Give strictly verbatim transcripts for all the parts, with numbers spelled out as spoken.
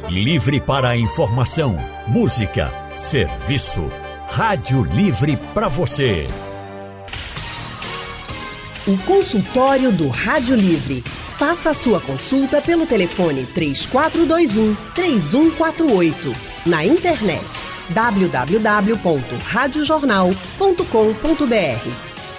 Livre para a informação, música, serviço. Rádio Livre para você. O consultório do Rádio Livre. Faça a sua consulta pelo telefone três quatro dois um, três um quatro oito. Na internet w w w ponto rádio jornal ponto com ponto b r.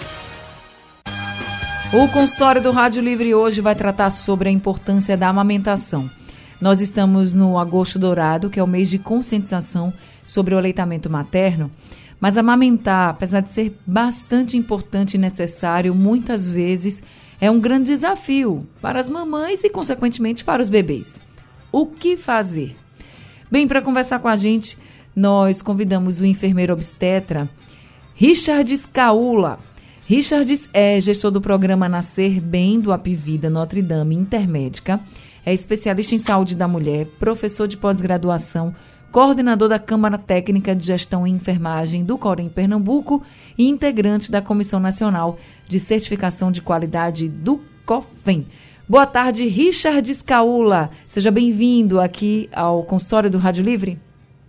O consultório do Rádio Livre hoje vai tratar sobre a importância da amamentação. Nós estamos no Agosto Dourado, que é o mês de conscientização sobre o aleitamento materno, mas amamentar, apesar de ser bastante importante e necessário, muitas vezes é um grande desafio para as mamães e, consequentemente, para os bebês. O que fazer? Bem, para conversar com a gente, nós convidamos o enfermeiro obstetra Richards Caula. Richards é gestor do programa Nascer Bem do Apivida Notre Dame Intermédica, é especialista em saúde da mulher, professor de pós-graduação, coordenador da Câmara Técnica de Gestão e Enfermagem do Corém Pernambuco e integrante da Comissão Nacional de Certificação de Qualidade do COFEM. Boa tarde, Richards Caula. Seja bem-vindo aqui ao consultório do Rádio Livre.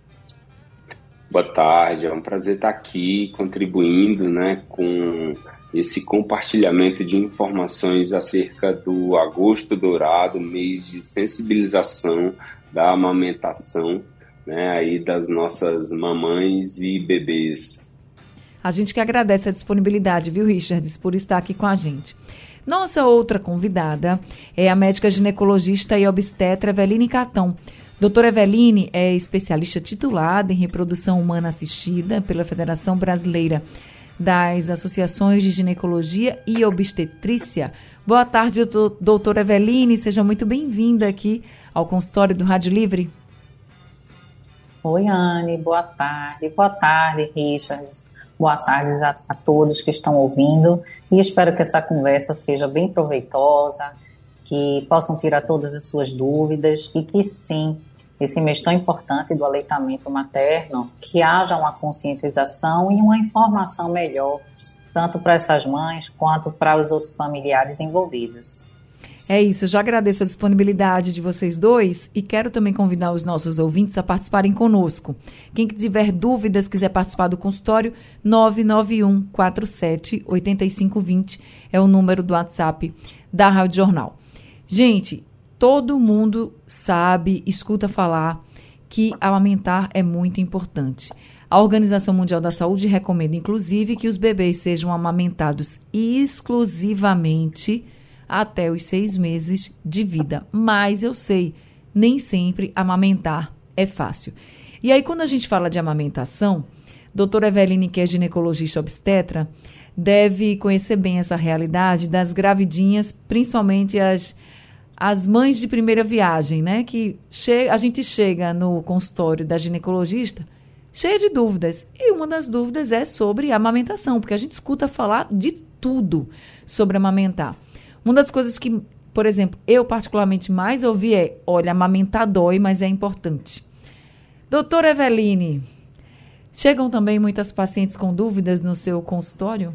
Boa tarde, é um prazer estar aqui contribuindo, né, com esse compartilhamento de informações acerca do Agosto Dourado, mês de sensibilização da amamentação, né, aí das nossas mamães e bebês. A gente que agradece a disponibilidade, viu, Richards, por estar aqui com a gente. Nossa outra convidada é a médica ginecologista e obstetra Eveline Catão. Doutora Eveline é especialista titulada em reprodução humana assistida pela Federação Brasileira das Associações de Ginecologia e Obstetrícia. Boa tarde, doutora Eveline, seja muito bem-vinda aqui ao consultório do Rádio Livre. Oi, Anne, boa tarde. Boa tarde, Richards. Boa tarde a, a todos que estão ouvindo e espero que essa conversa seja bem proveitosa, que possam tirar todas as suas dúvidas e que sim, esse mês tão importante do aleitamento materno, que haja uma conscientização e uma informação melhor, tanto para essas mães quanto para os outros familiares envolvidos. É isso, já agradeço a disponibilidade de vocês dois e quero também convidar os nossos ouvintes a participarem conosco. Quem tiver dúvidas, quiser participar do consultório, nove nove um quatro sete oito cinco dois zero é o número do WhatsApp da Rádio Jornal. Gente, todo mundo sabe, escuta falar que amamentar é muito importante. A Organização Mundial da Saúde recomenda, inclusive, que os bebês sejam amamentados exclusivamente até os seis meses de vida. Mas eu sei, nem sempre amamentar é fácil. E aí, quando a gente fala de amamentação, doutora Eveline, que é ginecologista obstetra, deve conhecer bem essa realidade das gravidinhas, principalmente as, as mães de primeira viagem, né? Que che- a gente chega no consultório da ginecologista cheia de dúvidas. E uma das dúvidas é sobre a amamentação, porque a gente escuta falar de tudo sobre amamentar. Uma das coisas que, por exemplo, eu particularmente mais ouvi é, olha, amamentar dói, mas é importante. Doutora Eveline, chegam também muitas pacientes com dúvidas no seu consultório?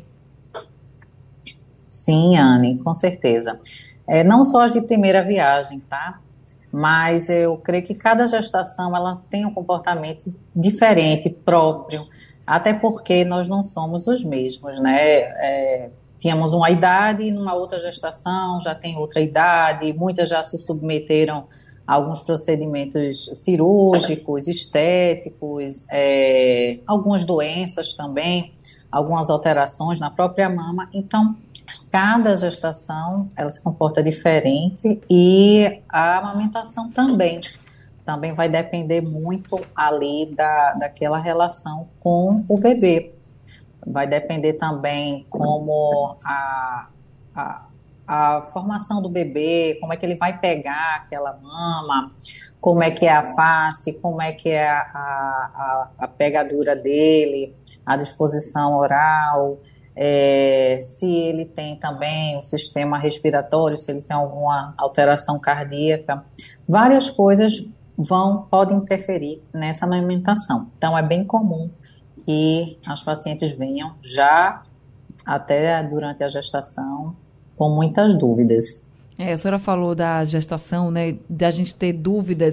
Sim, Anne, com certeza. É, não só as de primeira viagem, tá? Mas eu creio que cada gestação ela tem um comportamento diferente, próprio, até porque nós não somos os mesmos, né? É, tínhamos uma idade, numa outra gestação já tem outra idade, muitas já se submeteram a alguns procedimentos cirúrgicos, estéticos, é, algumas doenças também, algumas alterações na própria mama. Então, cada gestação ela se comporta diferente e a amamentação também. Também vai depender muito ali da, daquela relação com o bebê. Vai depender também como a, a, a formação do bebê, como é que ele vai pegar aquela mama, como é que é a face, como é que é a, a, a pegadura dele, a disposição oral, é, se ele tem também o sistema respiratório, se ele tem alguma alteração cardíaca. Várias coisas vão, podem interferir nessa amamentação. Então, é bem comum que as pacientes venham já até durante a gestação com muitas dúvidas. É, a senhora falou da gestação, né, da gente ter dúvidas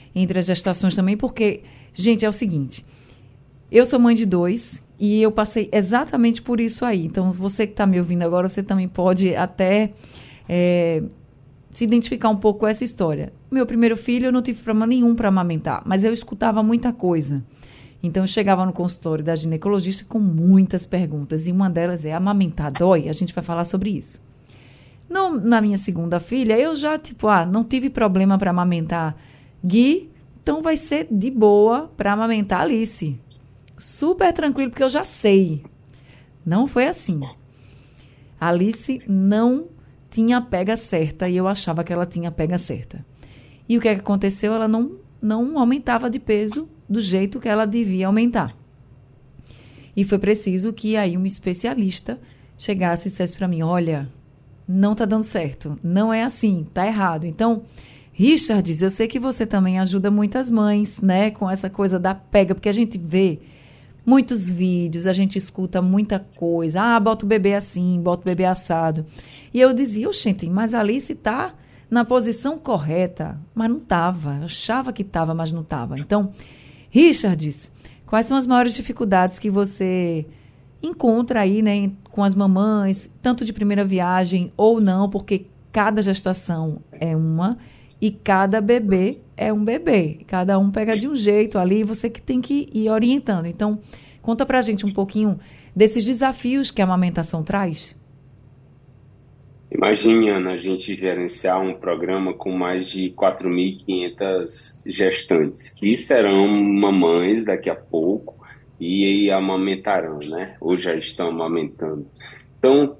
entre as gestações também, porque, gente, é o seguinte, eu sou mãe de dois e eu passei exatamente por isso aí. Então, você que está me ouvindo agora, você também pode até é, se identificar um pouco com essa história. Meu primeiro filho, eu não tive problema nenhum para amamentar, mas eu escutava muita coisa. Então, eu chegava no consultório da ginecologista com muitas perguntas, e uma delas é, amamentar dói? A gente vai falar sobre isso. No, na minha segunda filha, eu já, tipo, ah, não tive problema para amamentar Gui, então vai ser de boa para amamentar Alice. Super tranquilo, porque eu já sei. Não foi assim. A Alice não tinha a pega certa e eu achava que ela tinha a pega certa. E o que é que aconteceu? Ela não, não aumentava de peso do jeito que ela devia aumentar. E foi preciso que aí um especialista chegasse e dissesse para mim, olha, não está dando certo, não é assim, está errado. Então, Richards, eu sei que você também ajuda muitas mães, né, com essa coisa da pega, porque a gente vê muitos vídeos, a gente escuta muita coisa. Ah, bota o bebê assim, bota o bebê assado. E eu dizia, gente, mas a Alice está na posição correta. Mas não estava. Eu achava que estava, mas não estava. Então, Richards, quais são as maiores dificuldades que você encontra aí, né, com as mamães, tanto de primeira viagem ou não, porque cada gestação é uma e cada bebê é um bebê. Cada um pega de um jeito ali, você que tem que ir orientando. Então, conta pra gente um pouquinho desses desafios que a amamentação traz. Imagine, Ana, a gente gerenciar um programa com mais de quatro mil e quinhentas gestantes, que serão mamães daqui a pouco e amamentarão, né? Ou já estão amamentando. Então,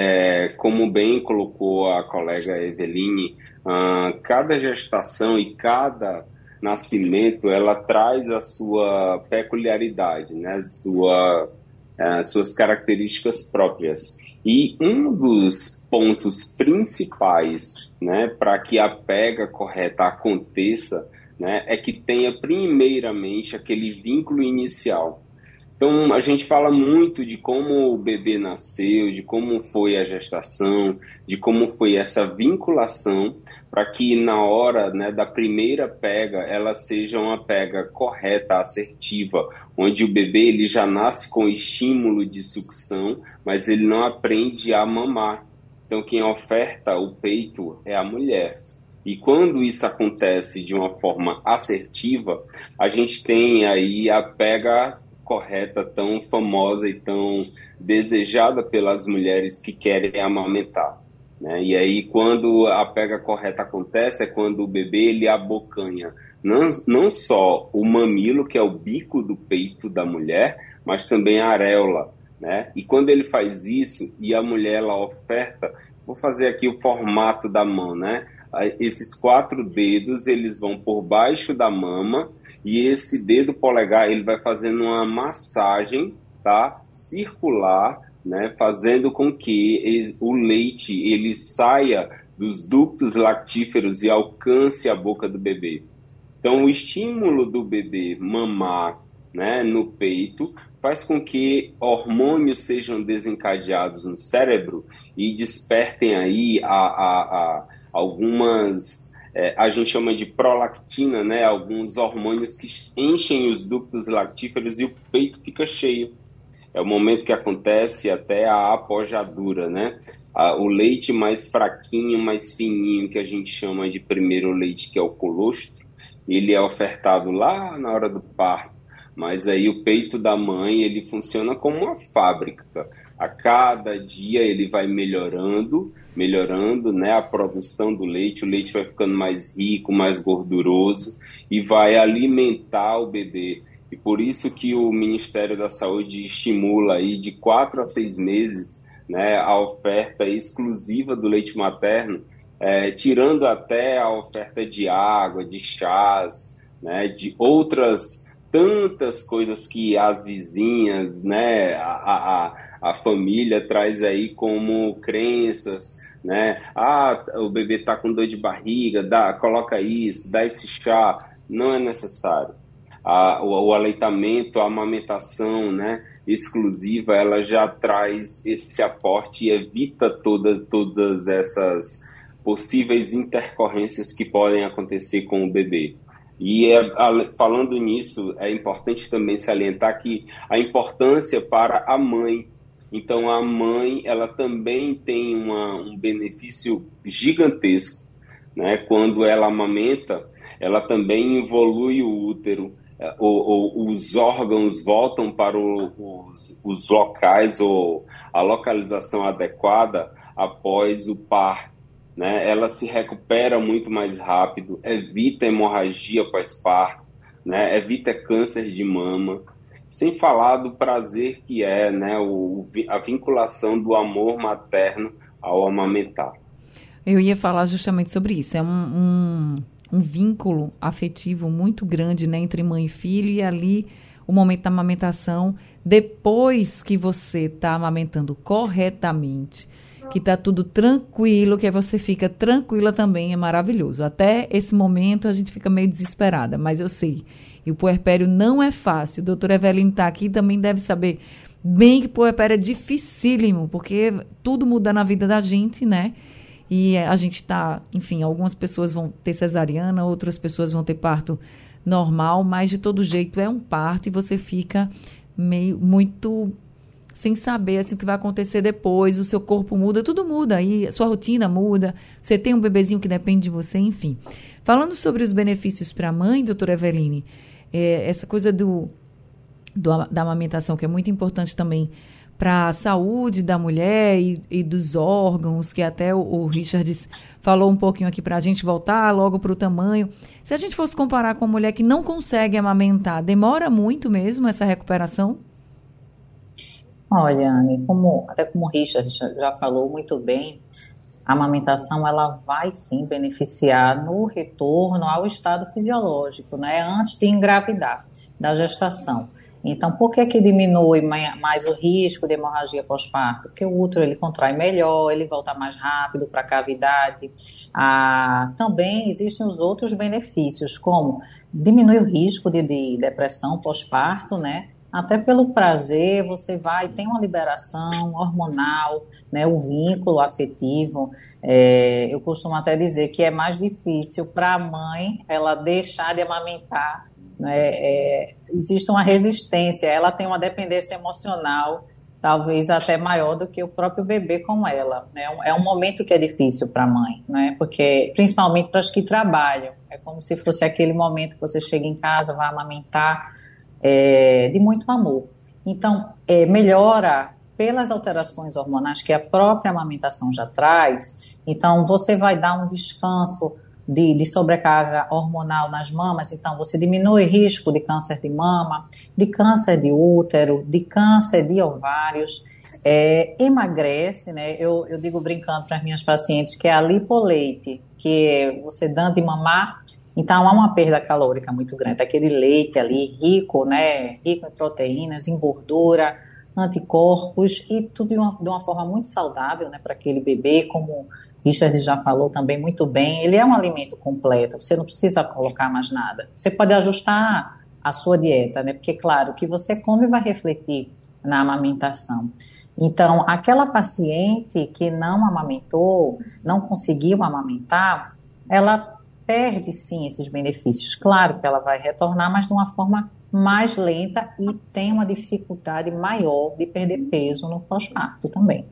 é, como bem colocou a colega Eveline, Uh, cada gestação e cada nascimento, ela traz a sua peculiaridade, né? Sua, uh, suas características próprias. E um dos pontos principais, né, para que a pega correta aconteça, né, é que tenha primeiramente aquele vínculo inicial. Então, a gente fala muito de como o bebê nasceu, de como foi a gestação, de como foi essa vinculação, para que na hora, né, da primeira pega, ela seja uma pega correta, assertiva, onde o bebê ele já nasce com estímulo de sucção, mas ele não aprende a mamar. Então, quem oferta o peito é a mulher. E quando isso acontece de uma forma assertiva, a gente tem aí a pega correta, tão famosa e tão desejada pelas mulheres que querem amamentar, né? E aí, quando a pega correta acontece, é quando o bebê ele abocanha não, não só o mamilo, que é o bico do peito da mulher, mas também a areola, né? E quando ele faz isso e a mulher ela oferta, vou fazer aqui o formato da mão, né? Esses quatro dedos, eles vão por baixo da mama e esse dedo polegar, ele vai fazendo uma massagem, tá? Circular, né? Fazendo com que o leite, ele saia dos ductos lactíferos e alcance a boca do bebê. Então, o estímulo do bebê mamar, né, no peito faz com que hormônios sejam desencadeados no cérebro e despertem aí a, a, a algumas, é, a gente chama de prolactina, né, alguns hormônios que enchem os ductos lactíferos e o peito fica cheio. É o momento que acontece até a apojadura, né? A, o leite mais fraquinho, mais fininho, que a gente chama de primeiro leite, que é o colostro, ele é ofertado lá na hora do parto. Mas aí o peito da mãe, ele funciona como uma fábrica. A cada dia ele vai melhorando, melhorando, né, a produção do leite. O leite vai ficando mais rico, mais gorduroso e vai alimentar o bebê. E por isso que o Ministério da Saúde estimula aí de quatro a seis meses, né, a oferta exclusiva do leite materno, é, tirando até a oferta de água, de chás, né, de outras tantas coisas que as vizinhas, né, a, a, a família traz aí como crenças, né? Ah, o bebê tá com dor de barriga, dá, coloca isso, dá esse chá. Não é necessário. A, o, o aleitamento, a amamentação, né, exclusiva, ela já traz esse aporte e evita todas, todas essas possíveis intercorrências que podem acontecer com o bebê. E é, falando nisso, é importante também salientar que a importância para a mãe. Então, a mãe, ela também tem uma, um benefício gigantesco, né? Quando ela amamenta, ela também evolui o útero, o, o, os órgãos voltam para o, os, os locais ou a localização adequada após o parto, né? Ela se recupera muito mais rápido, evita hemorragia pós-parto, né? Evita câncer de mama. Sem falar do prazer que é, né, o, a vinculação do amor materno ao amamentar. Eu ia falar justamente sobre isso. É um, um, um vínculo afetivo muito grande, né, entre mãe e filho, e ali o momento da amamentação, depois que você está amamentando corretamente, que está tudo tranquilo, que você fica tranquila também, é maravilhoso. Até esse momento a gente fica meio desesperada, mas eu sei. E o puerpério não é fácil. O doutor Evelino está aqui, também deve saber bem que o puerpério é dificílimo, porque tudo muda na vida da gente, né? E a gente está, enfim, algumas pessoas vão ter cesariana, outras pessoas vão ter parto normal, mas de todo jeito é um parto e você fica meio, muito sem saber assim, o que vai acontecer depois, o seu corpo muda, tudo muda, e a sua rotina muda, você tem um bebezinho que depende de você, enfim. Falando sobre os benefícios para a mãe, doutora Eveline, é, essa coisa do, do, da amamentação, que é muito importante também para a saúde da mulher e, e dos órgãos, que até o, o Richard falou um pouquinho aqui para a gente voltar logo para o tamanho. Se a gente fosse comparar com a mulher que não consegue amamentar, demora muito mesmo essa recuperação? Olha, Anne, como, até como o Richard já falou muito bem, a amamentação ela vai sim beneficiar no retorno ao estado fisiológico, né, antes de engravidar, da gestação. Então, por que que diminui mais o risco de hemorragia pós-parto? Porque o útero ele contrai melhor, ele volta mais rápido para a cavidade. Ah, também existem os outros benefícios, como diminui o risco de, de depressão pós-parto, né? Até pelo prazer, você vai, tem uma liberação hormonal, né, o vínculo afetivo. É, eu costumo até dizer que é mais difícil para a mãe ela deixar de amamentar, né, é, existe uma resistência, ela tem uma dependência emocional, talvez até maior do que o próprio bebê com ela. Né, é um momento que é difícil para a mãe, né, porque, principalmente para as que trabalham, é como se fosse aquele momento que você chega em casa, vai amamentar, É, de muito amor. Então, é, melhora pelas alterações hormonais que a própria amamentação já traz. Então, você vai dar um descanso de, de sobrecarga hormonal nas mamas, então você diminui o risco de câncer de mama, de câncer de útero, de câncer de ovários, é, emagrece, né? Eu, eu digo brincando para as minhas pacientes que é a lipoleite, que é você dando de mamar. Então, há uma perda calórica muito grande. Aquele leite ali rico, né, rico em proteínas, em gordura, anticorpos e tudo de uma, de uma forma muito saudável, né, para aquele bebê, como o Richard já falou também muito bem. Ele é um alimento completo, você não precisa colocar mais nada. Você pode ajustar a sua dieta, né, porque, claro, o que você come vai refletir na amamentação. Então, aquela paciente que não amamentou, não conseguiu amamentar, ela perde sim esses benefícios. Claro que ela vai retornar, mas de uma forma mais lenta e tem uma dificuldade maior de perder peso no pós-parto também.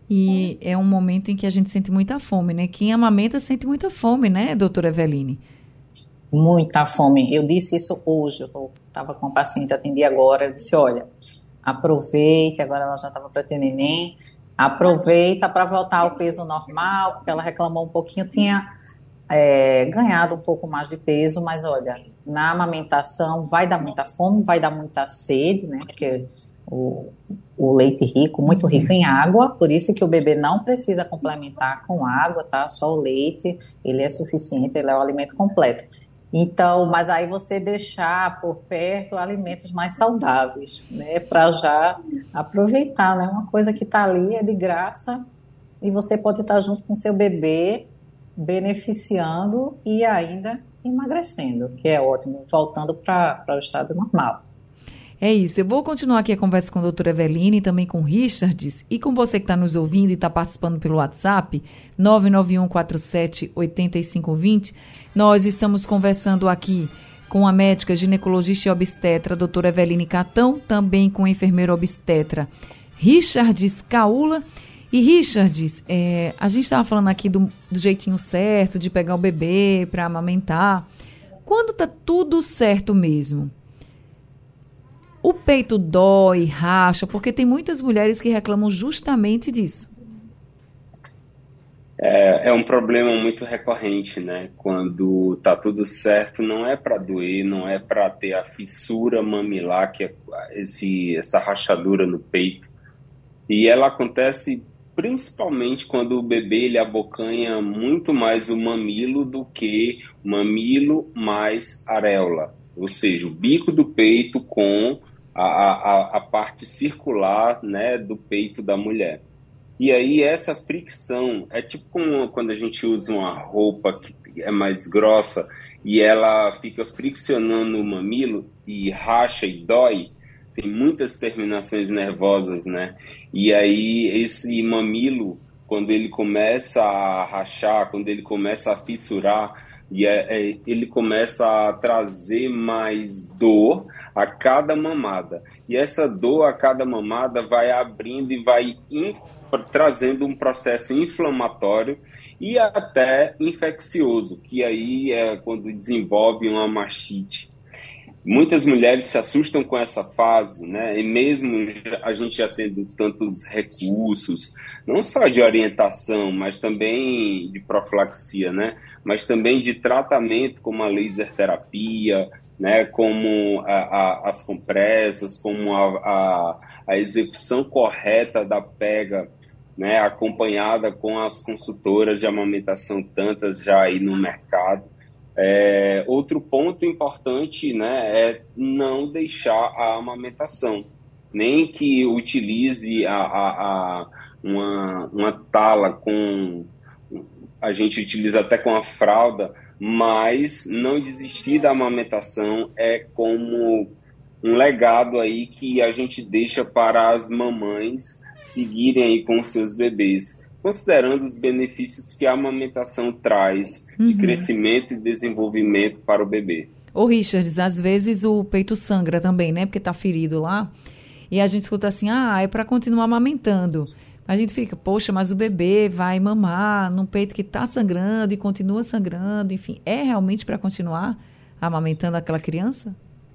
E é um momento em que a gente sente muita fome, né? Quem amamenta sente muita fome, né, doutora Eveline? Muita fome. Eu disse isso hoje, eu estava com uma paciente, atendi agora, eu disse, olha, aproveite, agora ela já estava para ter neném, aproveita para voltar ao peso normal, porque ela reclamou um pouquinho, tinha É, ganhado um pouco mais de peso, mas olha, na amamentação vai dar muita fome, vai dar muita sede, né, porque o, o leite rico, muito rico em água, por isso que o bebê não precisa complementar com água, tá, só o leite, ele é suficiente, ele é o alimento completo. Então, mas aí você deixar por perto alimentos mais saudáveis, né, para já aproveitar, né, uma coisa que tá ali é de graça e você pode estar junto com seu bebê, beneficiando e ainda emagrecendo, que é ótimo, voltando para o estado normal. É isso, eu vou continuar aqui a conversa com a doutora Eveline, também com o Richard, e com você que está nos ouvindo e está participando pelo WhatsApp, nove nove um quatro sete oito cinco dois zero. Nós estamos conversando aqui com a médica ginecologista e obstetra, a doutora Eveline Catão, também com o enfermeiro obstetra Richards Caula. E Richards, é, a gente estava falando aqui do, do jeitinho certo, de pegar o bebê para amamentar. Quando tá tudo certo mesmo, o peito dói, racha, porque tem muitas mulheres que reclamam justamente disso. É, é um problema muito recorrente, né? Quando tá tudo certo, não é para doer, não é para ter a fissura mamilar, que é esse, essa rachadura no peito. E ela acontece principalmente quando o bebê ele abocanha muito mais o mamilo do que o mamilo mais areola, ou seja, o bico do peito com a, a, a parte circular, né, do peito da mulher. E aí essa fricção é tipo como quando a gente usa uma roupa que é mais grossa e ela fica friccionando o mamilo e racha e dói. Tem muitas terminações nervosas, né? E aí esse mamilo, quando ele começa a rachar, quando ele começa a fissurar, e é, é, ele começa a trazer mais dor a cada mamada. E essa dor a cada mamada vai abrindo e vai in, trazendo um processo inflamatório e até infeccioso, que aí é quando desenvolve uma mastite. Muitas mulheres se assustam com essa fase, né? E mesmo a gente já tendo tantos recursos, não só de orientação, mas também de profilaxia, né? Mas também de tratamento, como a laser terapia, né? Como a, a, as compressas, como a, a, a execução correta da pega, né? Acompanhada com as consultoras de amamentação, tantas já aí no mercado. É, outro ponto importante, né, é não deixar a amamentação, nem que utilize a, a, a uma, uma tala com, a gente utiliza até com a fralda, mas não desistir da amamentação é como um legado aí que a gente deixa para as mamães seguirem aí com seus bebês, considerando os benefícios que a amamentação traz de uhum. crescimento e desenvolvimento para o bebê. Ô Richards, às vezes o peito sangra também, né? Porque tá ferido lá. E a gente escuta assim, ah, é para continuar amamentando. A gente fica, poxa, mas o bebê vai mamar num peito que tá sangrando e continua sangrando. Enfim, é realmente para continuar amamentando aquela criança?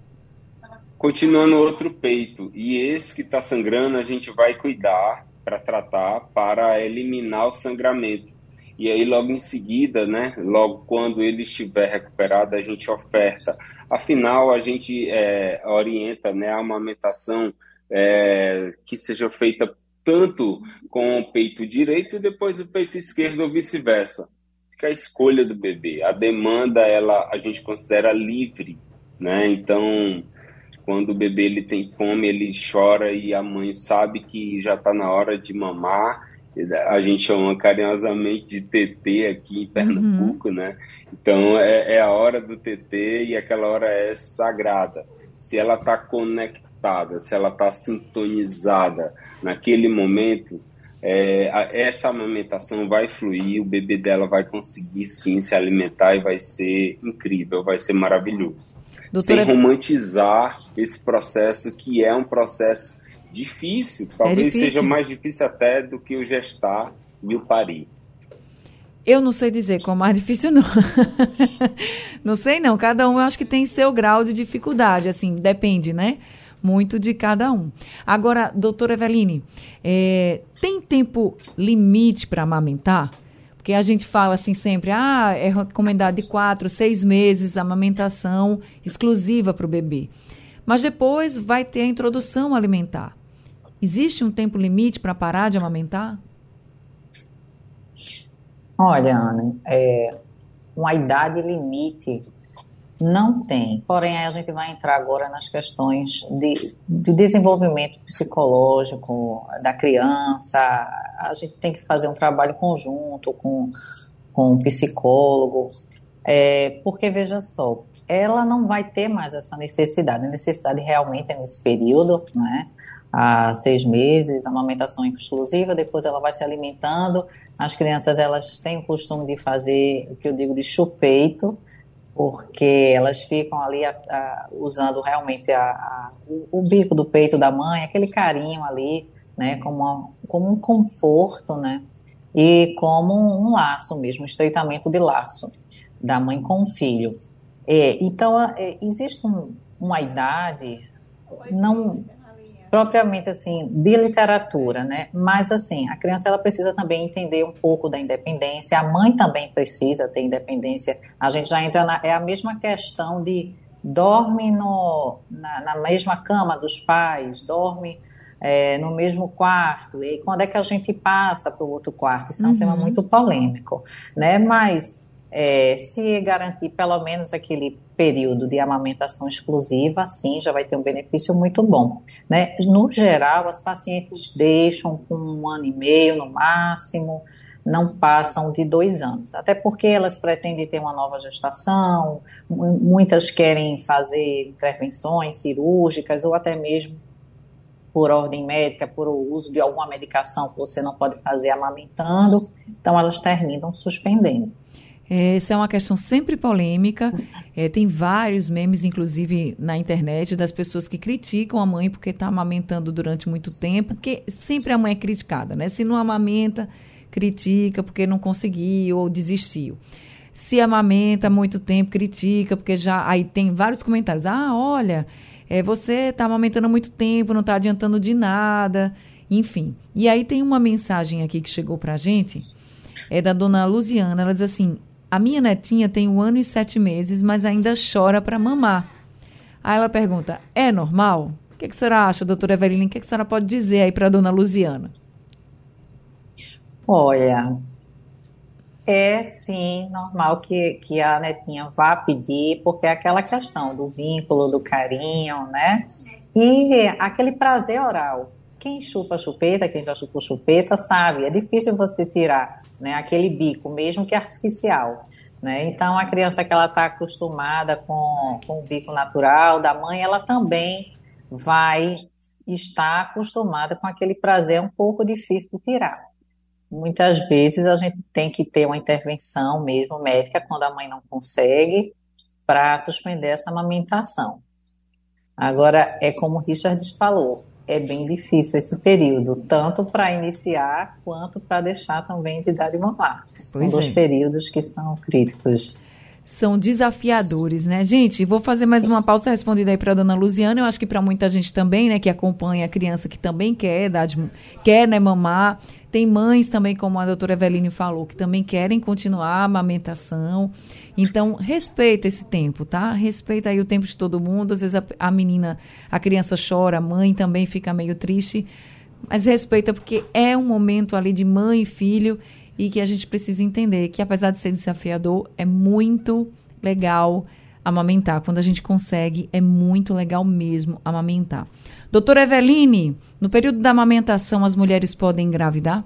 Continua no outro peito. E esse que tá sangrando, a gente vai cuidar para tratar, para eliminar o sangramento. E aí, logo em seguida, né, logo quando ele estiver recuperado, a gente oferta. Afinal, a gente é, orienta, né, a amamentação é, que seja feita tanto com o peito direito e depois o peito esquerdo ou vice-versa. Fica a escolha do bebê. A demanda, ela, a gente considera livre, né? Então, quando o bebê ele tem fome, ele chora e a mãe sabe que já está na hora de mamar. A gente chama carinhosamente de tetê aqui em Pernambuco, uhum. né? Então, é, é a hora do tetê e aquela hora é sagrada. Se ela está conectada, se ela está sintonizada naquele momento, é, a, essa amamentação vai fluir, o bebê dela vai conseguir sim se alimentar e vai ser incrível, vai ser maravilhoso. Doutora... Sem romantizar esse processo, que é um processo difícil, talvez é difícil. Seja mais difícil até do que o gestar e o parir. Eu não sei dizer qual é mais difícil, não. Não sei, não. Cada um, eu acho que tem seu grau de dificuldade, assim, depende, né? Muito de cada um. Agora, doutora Eveline, é, tem tempo limite para amamentar? Porque a gente fala assim sempre, ah, é recomendado de quatro, seis meses a amamentação exclusiva para o bebê. Mas depois vai ter a introdução alimentar. Existe um tempo limite para parar de amamentar? Olha, Ana, é, uma idade limite não tem. Porém, a gente vai entrar agora nas questões de, de desenvolvimento psicológico da criança. A gente tem que fazer um trabalho conjunto com, com um psicólogo, é, porque, veja só, ela não vai ter mais essa necessidade. A necessidade realmente é nesse período, né? Há seis meses, amamentação exclusiva, depois ela vai se alimentando. As crianças, elas têm o costume de fazer o que eu digo de chupeito, porque elas ficam ali a, a, usando realmente a, a, o, o bico do peito da mãe, aquele carinho ali, né, como, uma, como um conforto, né, e como um, um laço mesmo, um estreitamento de laço da mãe com o filho. É, então, é, existe um, uma idade, não propriamente assim, de literatura, né? Mas assim, a criança ela precisa também entender um pouco da independência, a mãe também precisa ter independência. A gente já entra na, é a mesma questão de dorme no, na, na mesma cama dos pais, dorme é, no mesmo quarto, e quando é que a gente passa para o outro quarto? Isso é um uhum. tema muito polêmico, né? Mas é, se garantir pelo menos aquele período de amamentação exclusiva, sim, já vai ter um benefício muito bom, né? No geral, as pacientes deixam com um ano e meio no máximo, não passam de dois anos, até porque elas pretendem ter uma nova gestação, muitas querem fazer intervenções cirúrgicas ou até mesmo por ordem médica, por o uso de alguma medicação que você não pode fazer amamentando, então elas terminam suspendendo. Essa é uma questão sempre polêmica, é, tem vários memes, inclusive na internet, das pessoas que criticam a mãe porque está amamentando durante muito tempo, porque sempre a mãe é criticada, né? Se não amamenta, critica porque não conseguiu ou desistiu. Se amamenta há muito tempo, critica porque já... Aí tem vários comentários, ah, olha, é, você está amamentando há muito tempo, não está adiantando de nada, enfim. E aí tem uma mensagem aqui que chegou para a gente, é da dona Luziana, ela diz assim... A minha netinha tem um ano e sete meses, mas ainda chora para mamar. Aí ela pergunta, é normal? O que, que a senhora acha, doutora Eveline? O que, que a senhora pode dizer aí para a dona Luziana? Olha, é sim normal que, que a netinha vá pedir, porque é aquela questão do vínculo, do carinho, né? E aquele prazer oral. Quem chupa chupeta, quem já chupou chupeta, sabe, é difícil você tirar, né, aquele bico, mesmo que artificial, né? Então, a criança que ela está acostumada com, com o bico natural da mãe, ela também vai estar acostumada com aquele prazer um pouco difícil de tirar. Muitas vezes a gente tem que ter uma intervenção mesmo médica quando a mãe não consegue para suspender essa amamentação. Agora, é como o Richard falou, é bem difícil esse período, tanto para iniciar quanto para deixar também de dar de mamar. São dois períodos que são críticos. São desafiadores, né, gente? Vou fazer mais uma pausa respondida aí para a dona Luziana. Eu acho que para muita gente também, né, que acompanha a criança que também quer dar de, quer, né, mamar. Tem mães também, como a doutora Eveline falou, que também querem continuar a amamentação. Então, respeita esse tempo, tá? Respeita aí o tempo de todo mundo. Às vezes a, a menina, a criança chora, a mãe também fica meio triste. Mas respeita porque é um momento ali de mãe e filho e que a gente precisa entender que, apesar de ser desafiador, é muito legal amamentar. Quando a gente consegue, é muito legal mesmo amamentar. Doutora Eveline, no período da amamentação, as mulheres podem engravidar?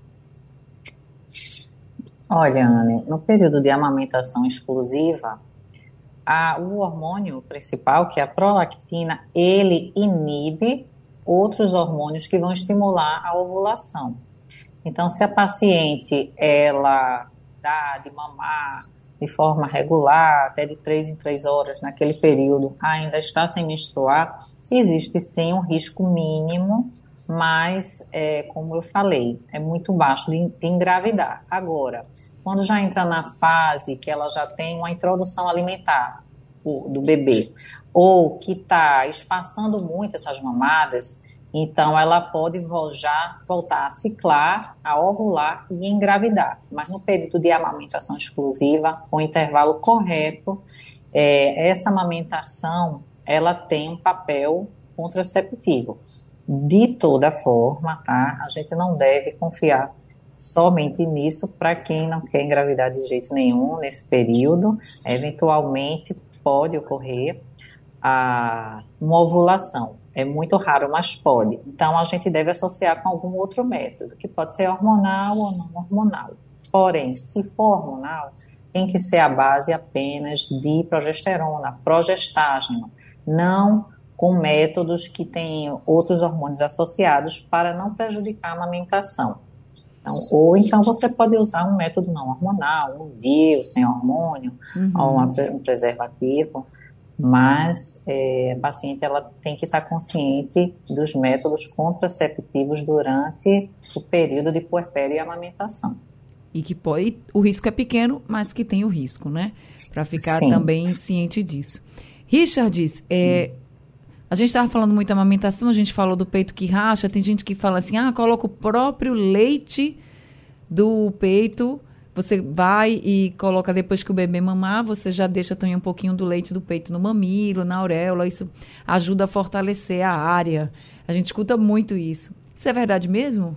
Olha, Anne, no período de amamentação exclusiva, a, o hormônio principal, que é a prolactina, ele inibe outros hormônios que vão estimular a ovulação. Então, se a paciente, ela dá de mamar de forma regular, até de três em três horas, naquele período, ainda está sem menstruar, existe sim um risco mínimo, mas, é, como eu falei, é muito baixo de, de engravidar. Agora, quando já entra na fase que ela já tem uma introdução alimentar o, do bebê, ou que está espaçando muito essas mamadas, então ela pode já voltar a ciclar, a ovular e engravidar. Mas no período de amamentação exclusiva, com o intervalo correto, é, essa amamentação ela tem um papel contraceptivo. De toda forma, tá? A gente não deve confiar somente nisso para quem não quer engravidar de jeito nenhum nesse período. Eventualmente pode ocorrer a, uma ovulação. É muito raro, mas pode. Então, a gente deve associar com algum outro método, que pode ser hormonal ou não hormonal. Porém, se for hormonal, tem que ser a base apenas de progesterona, progestágeno, não com métodos que têm outros hormônios associados para não prejudicar a amamentação. Então, ou então você pode usar um método não hormonal, um D I U sem hormônio, uhum. ou uma, um preservativo, mas é, a paciente ela tem que estar consciente dos métodos contraceptivos durante o período de puerpério e amamentação. E que pode, o risco é pequeno, mas que tem o risco, né? Para ficar Sim. também ciente disso. Richard, é, a gente estava falando muito da amamentação, a gente falou do peito que racha, tem gente que fala assim, ah, coloca o próprio leite do peito, você vai e coloca depois que o bebê mamar, você já deixa também um pouquinho do leite do peito no mamilo, na auréola, isso ajuda a fortalecer a área. A gente escuta muito isso. Isso é verdade mesmo?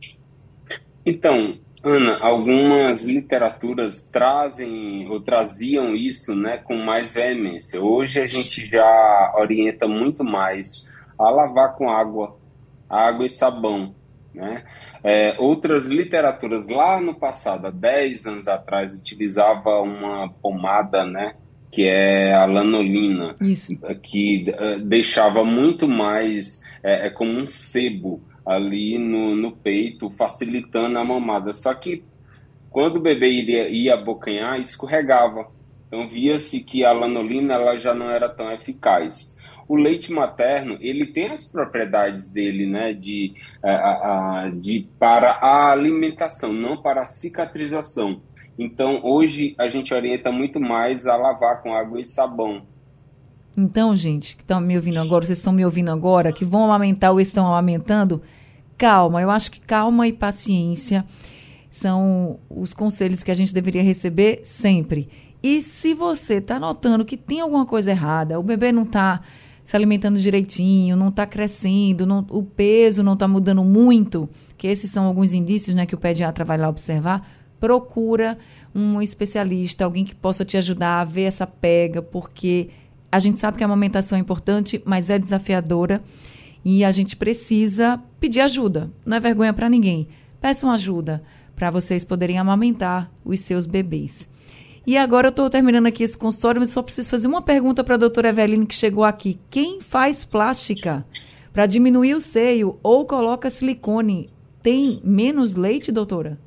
Então, Ana, algumas literaturas trazem ou traziam isso, né, com mais veemência. Hoje a gente já orienta muito mais a lavar com água, água e sabão, né? É, outras literaturas lá no passado, há dez anos atrás, utilizava uma pomada, né, que é a lanolina, isso. que uh, deixava muito mais é, é como um sebo ali no, no peito, facilitando a mamada. Só que quando o bebê iria, ia abocanhar, escorregava. Então via-se que a lanolina ela já não era tão eficaz. O leite materno, ele tem as propriedades dele, né, de, a, a, de, para a alimentação, não para a cicatrização. Então, hoje, a gente orienta muito mais a lavar com água e sabão. Então, gente, que estão me ouvindo agora, vocês estão me ouvindo agora, que vão amamentar ou estão amamentando, calma, eu acho que calma e paciência são os conselhos que a gente deveria receber sempre. E se você está notando que tem alguma coisa errada, o bebê não está se alimentando direitinho, não está crescendo, não, o peso não está mudando muito, que esses são alguns indícios, né, que o pediatra vai lá observar, procura um especialista, alguém que possa te ajudar a ver essa pega, porque a gente sabe que a amamentação é importante, mas é desafiadora e a gente precisa pedir ajuda. Não é vergonha para ninguém. Peçam ajuda para vocês poderem amamentar os seus bebês. E agora eu estou terminando aqui esse consultório, mas só preciso fazer uma pergunta para a doutora Eveline, que chegou aqui. Quem faz plástica para diminuir o seio ou coloca silicone, tem menos leite, doutora?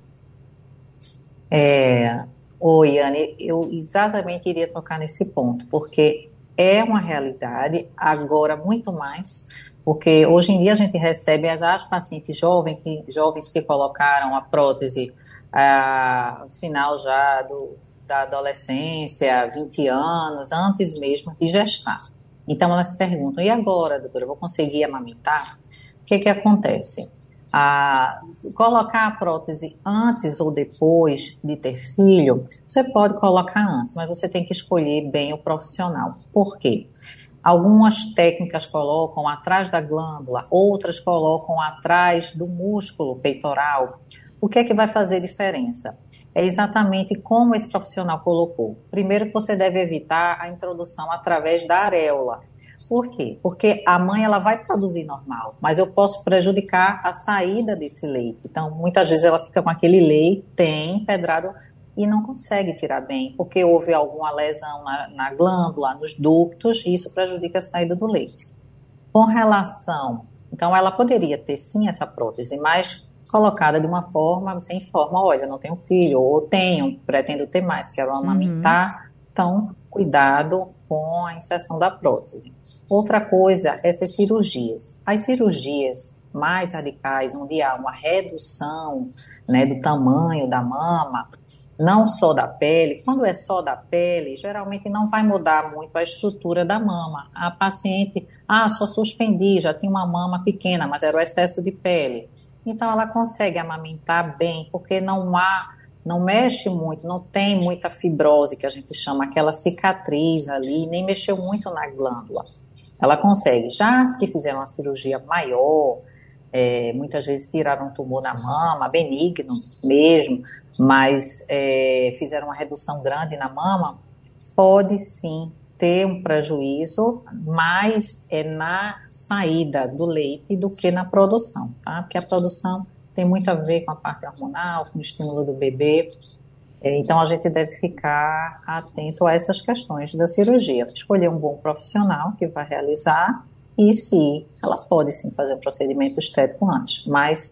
É, oi, Anne, eu exatamente iria tocar nesse ponto, porque é uma realidade, agora muito mais, porque hoje em dia a gente recebe já as pacientes jovens que, jovens que colocaram a prótese ah, no final já do da adolescência, vinte anos, antes mesmo de gestar. Então, elas se perguntam, e agora, doutora, eu vou conseguir amamentar? O que que acontece? Ah, colocar a prótese antes ou depois de ter filho, você pode colocar antes, mas você tem que escolher bem o profissional. Por quê? Algumas técnicas colocam atrás da glândula, outras colocam atrás do músculo peitoral. O que é que vai fazer diferença? É exatamente como esse profissional colocou. Primeiro que você deve evitar a introdução através da areola. Por quê? Porque a mãe ela vai produzir normal, mas eu posso prejudicar a saída desse leite. Então, muitas vezes ela fica com aquele leite empedrado e não consegue tirar bem, porque houve alguma lesão na, na glândula, nos ductos, e isso prejudica a saída do leite. Com relação, então ela poderia ter sim essa prótese, mas colocada de uma forma, você informa, olha, não tenho filho, ou tenho, pretendo ter mais, quero amamentar, uhum. Então, cuidado com a inserção da prótese. Outra coisa, essas cirurgias. As cirurgias mais radicais, onde há uma redução, né, do tamanho da mama, não só da pele, quando é só da pele, geralmente não vai mudar muito a estrutura da mama. A paciente, ah, só suspendi, já tinha uma mama pequena, mas era o excesso de pele. Então, ela consegue amamentar bem, porque não há, não mexe muito, não tem muita fibrose, que a gente chama aquela cicatriz ali, nem mexeu muito na glândula. Ela consegue. Já as que fizeram uma cirurgia maior, é, muitas vezes tiraram um tumor na mama, benigno mesmo, mas é, fizeram uma redução grande na mama, pode sim ter um prejuízo, mais é na saída do leite do que na produção, tá? Porque a produção tem muito a ver com a parte hormonal, com o estímulo do bebê, é, então a gente deve ficar atento a essas questões da cirurgia, escolher um bom profissional que vai realizar e se ela pode sim fazer o procedimento estético antes, mas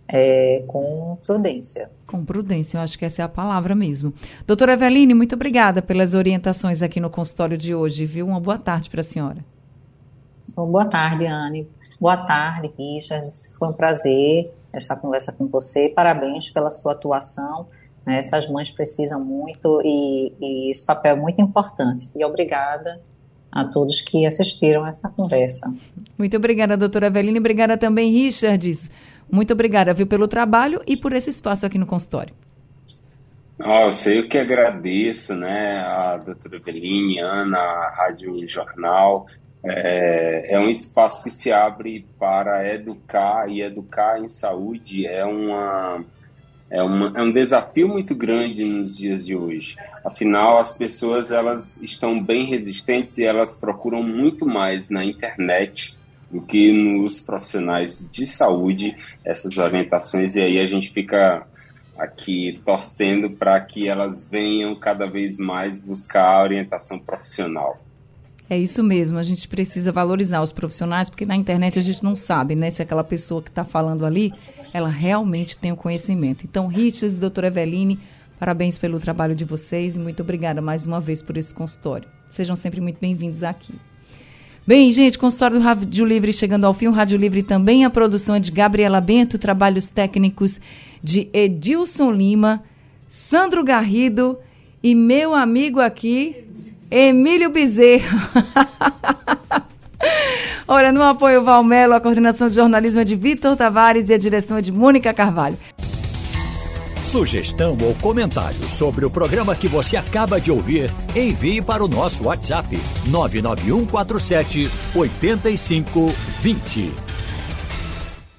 é, com prudência. Com prudência, eu acho que essa é a palavra mesmo. Doutora Eveline, muito obrigada pelas orientações aqui no consultório de hoje, viu? Uma boa tarde para a senhora. Bom, boa tarde, Anne. Boa tarde, Richard. Foi um prazer esta conversa com você. Parabéns pela sua atuação. Né? Essas mães precisam muito e, e esse papel é muito importante. E obrigada a todos que assistiram a essa conversa. Muito obrigada, doutora Eveline. Obrigada também, Richards. Muito obrigada, viu, pelo trabalho e por esse espaço aqui no consultório. Nossa, eu que agradeço, né, a doutora Eveline, Ana, a Rádio Jornal. É, é um espaço que se abre para educar, e educar em saúde é, uma, é, uma, é um desafio muito grande nos dias de hoje. Afinal, as pessoas elas estão bem resistentes e elas procuram muito mais na internet do que nos profissionais de saúde essas orientações, e aí a gente fica aqui torcendo para que elas venham cada vez mais buscar a orientação profissional. É isso mesmo, a gente precisa valorizar os profissionais, porque na internet a gente não sabe, né, se aquela pessoa que está falando ali, ela realmente tem o conhecimento. Então, Richards e doutora Eveline, parabéns pelo trabalho de vocês e muito obrigada mais uma vez por esse consultório. Sejam sempre muito bem-vindos aqui. Bem, gente, consultório do Rádio Livre chegando ao fim. O Rádio Livre também, a produção é de Gabriela Bento, trabalhos técnicos de Edilson Lima, Sandro Garrido e meu amigo aqui, Emílio Bezerra. Olha, no apoio Valmelo, a coordenação de jornalismo é de Vitor Tavares e a direção é de Mônica Carvalho. Sugestão ou comentário sobre o programa que você acaba de ouvir, envie para o nosso WhatsApp nove nove um quatro sete oito cinco dois zero.